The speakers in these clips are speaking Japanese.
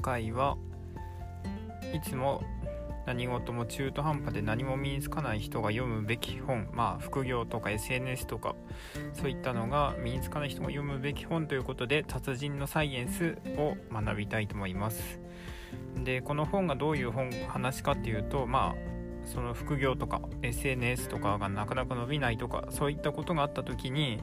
回はいつも何事も中途半端で何も身につかない人が読むべき本、副業とか SNS とかそういったのが身につかない人が読むべき本ということで、達人のサイエンスを学びたいと思います。で、この本がどういう話かっていうと、その副業とか SNS とかがなかなか伸びないとか、そういったことがあった時に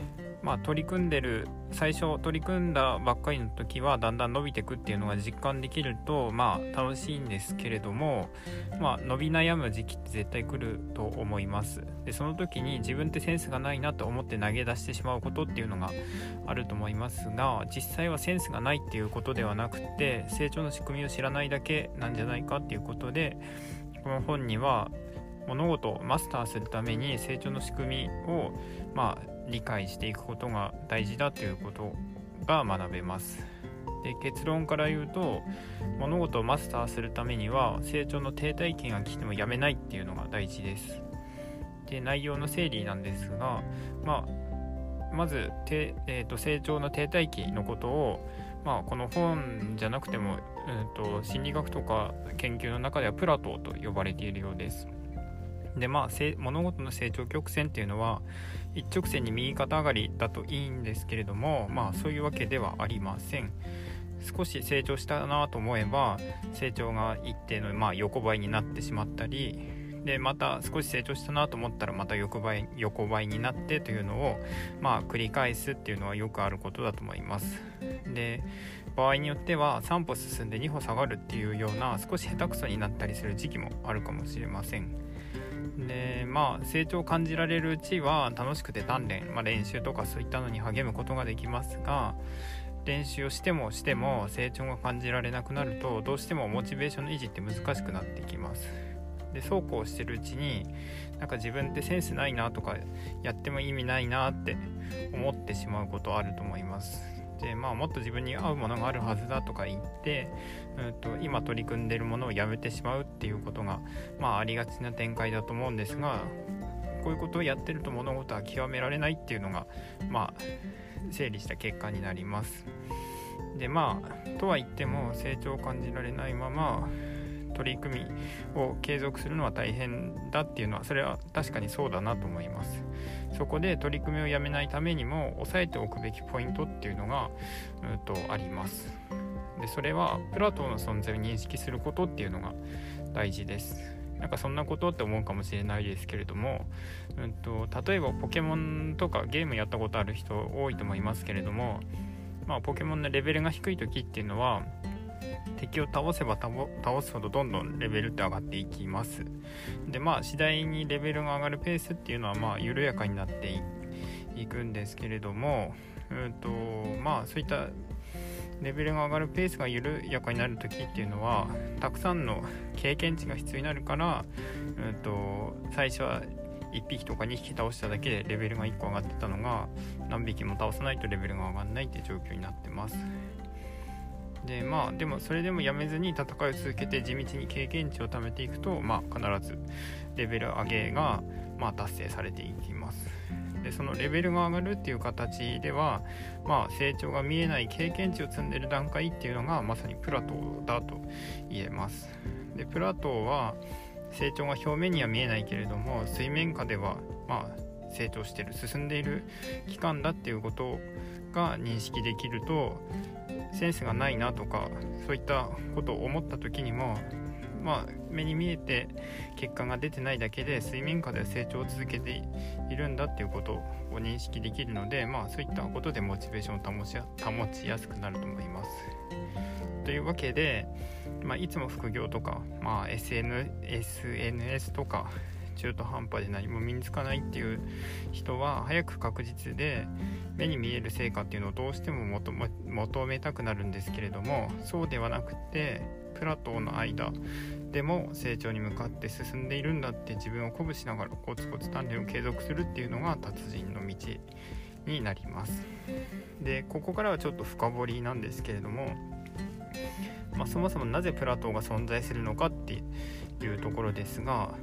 最初取り組んだばっかりの時はだんだん伸びていくっていうのが実感できると楽しいんですけれども、伸び悩む時期って絶対来ると思います。で、その時に自分ってセンスがないなと思って投げ出してしまうことっていうのがあると思いますが、実際はセンスがないっていうことではなくて、成長の仕組みを知らないだけなんじゃないかっていうことで、この本には物事をマスターするために成長の仕組みを理解していくことが大事だということが学べます。で、結論から言うと、物事をマスターするためには成長の停滞期が来てもやめないっていうのが大事です。で、内容の整理なんですが、まず成長の停滞期のことを、この本じゃなくても、心理学とか研究の中ではプラトーと呼ばれているようです。で、物事の成長曲線っていうのは一直線に右肩上がりだといいんですけれども、そういうわけではありません。少し成長したなと思えば成長が一定の横ばいになってしまったりで、また少し成長したなと思ったらまた横ばいになってというのを繰り返すっていうのはよくあることだと思います。で、場合によっては3歩進んで2歩下がるっていうような少し下手くそになったりする時期もあるかもしれません。で、成長を感じられるうちは楽しくて鍛錬、練習とかそういったのに励むことができますが、練習をしても成長が感じられなくなると、どうしてもモチベーションの維持って難しくなってきます。で、そうこうしてるうちに自分ってセンスないなとかやっても意味ないなって思ってしまうことあると思います。で、もっと自分に合うものがあるはずだとか言って、今取り組んでいるものをやめてしまうっていうことがありがちな展開だと思うんですが、こういうことをやってると物事は極められないっていうのが整理した結果になります。で、とは言っても成長を感じられないまま取り組みを継続するのは大変だっていうのは、それは確かにそうだなと思います。そこで取り組みをやめないためにも押さえておくべきポイントっていうのがあります。で、それはプラトーの存在を認識することっていうのが大事です。そんなことって思うかもしれないですけれども、例えばポケモンとかゲームやったことある人多いと思いますけれども、ポケモンのレベルが低い時っていうのは敵を倒せば倒すほどどんどんレベルって上がっていきます。で、次第にレベルが上がるペースっていうのは緩やかになっていくんですけれども、そういったレベルが上がるペースが緩やかになる時っていうのはたくさんの経験値が必要になるから、最初は1匹とか2匹倒しただけでレベルが1個上がってたのが何匹も倒さないとレベルが上がらないっていう状況になってます。で、でもそれでもやめずに戦いを続けて地道に経験値を貯めていくと、必ずレベル上げが達成されていきます。で、そのレベルが上がるっていう形では、成長が見えない経験値を積んでいる段階っていうのがまさにプラトーだと言えます。で、プラトーは成長が表面には見えないけれども水面下では成長している、進んでいる期間だっていうことが認識できると、センスがないなとかそういったことを思った時にも目に見えて結果が出てないだけで水面下では成長を続けているんだっていうことを認識できるので、そういったことでモチベーションを保ちやすくなると思います。というわけで、いつも副業とか、SNS とか中途半端で何も身につかないっていう人は早く確実で目に見える成果っていうのをどうしても求めたくなるんですけれども、そうではなくてプラトーの間でも成長に向かって進んでいるんだって自分を鼓舞しながらコツコツ鍛錬を継続するっていうのが達人の道になります。で、ここからはちょっと深掘りなんですけれども、そもそもなぜプラトーが存在するのかっていうところですが、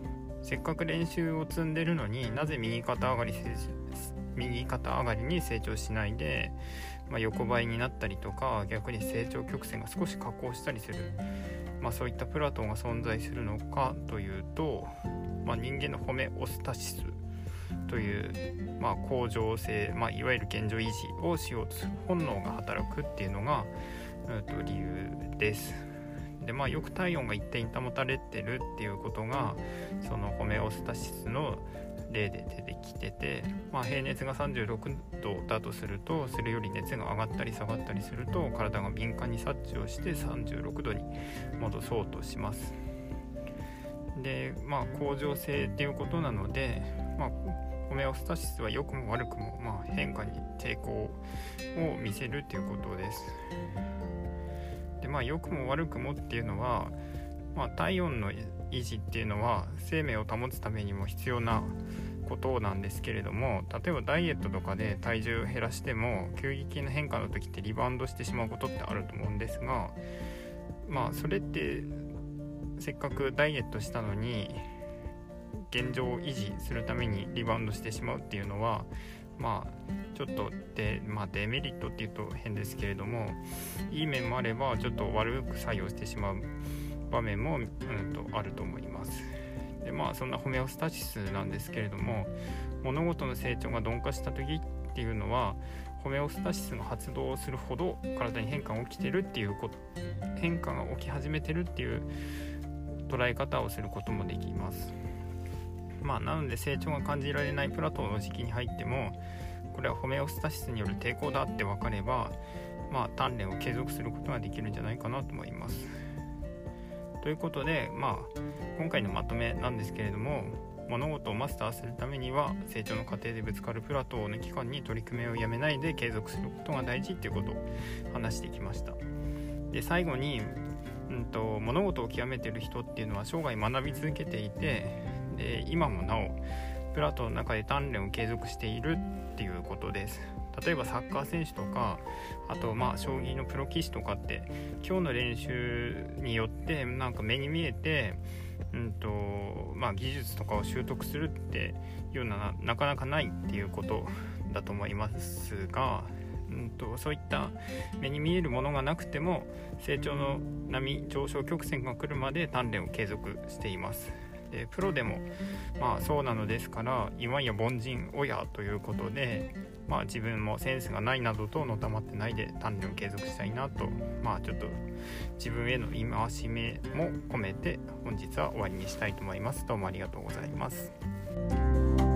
せっかく練習を積んでるのになぜ右肩上がりに成長しないで、横ばいになったりとか、逆に成長曲線が少し下降したりする、そういったプラトーが存在するのかというと、人間のホメオスタシスという、恒常性、いわゆる現状維持をしようとする本能が働くっていうのが、理由です。で、よく体温が一定に保たれてるっていうことがそのホメオスタシスの例で出てきてて、平熱が36度だとすると、それより熱が上がったり下がったりすると体が敏感に察知をして36度に戻そうとします。で、恒常性っていうことなので、ホメオスタシスは良くも悪くも、変化に抵抗を見せるっていうことです。で、良くも悪くもっていうのは、体温の維持っていうのは生命を保つためにも必要なことなんですけれども、例えばダイエットとかで体重を減らしても急激な変化の時ってリバウンドしてしまうことってあると思うんですが、それってせっかくダイエットしたのに現状を維持するためにリバウンドしてしまうっていうのは、ちょっとデメリットっていうと変ですけれども、いい面もあればちょっと悪く作用してしまう場面も、あると思います。で、そんなホメオスタシスなんですけれども、物事の成長が鈍化した時っていうのはホメオスタシスが発動するほど体に変化が起きてるっていうこと、変化が起き始めてるっていう捉え方をすることもできます。なので成長が感じられないプラトーの時期に入っても、これはホメオスタシスによる抵抗だって分かれば、鍛錬を継続することができるんじゃないかなと思います。ということで、今回のまとめなんですけれども、物事をマスターするためには成長の過程でぶつかるプラトーの期間に取り組みをやめないで継続することが大事っていうことを話してきました。で、最後に、物事を極めている人っていうのは生涯学び続けていて、で今もなおプラトーの中で鍛錬を継続しているっていうことです。例えばサッカー選手とか、あと将棋のプロ棋士とかって今日の練習によって目に見えて技術とかを習得するっていうのはなかなかないっていうことだと思いますが、そういった目に見えるものがなくても成長の波、上昇曲線が来るまで鍛錬を継続しています。で、プロでもそうなのですから、今や凡人親ということで、自分もセンスがないなどとのたまってないで鍛錬を継続したいなと、ちょっと自分への戒めも込めて本日は終わりにしたいと思います。どうもありがとうございます。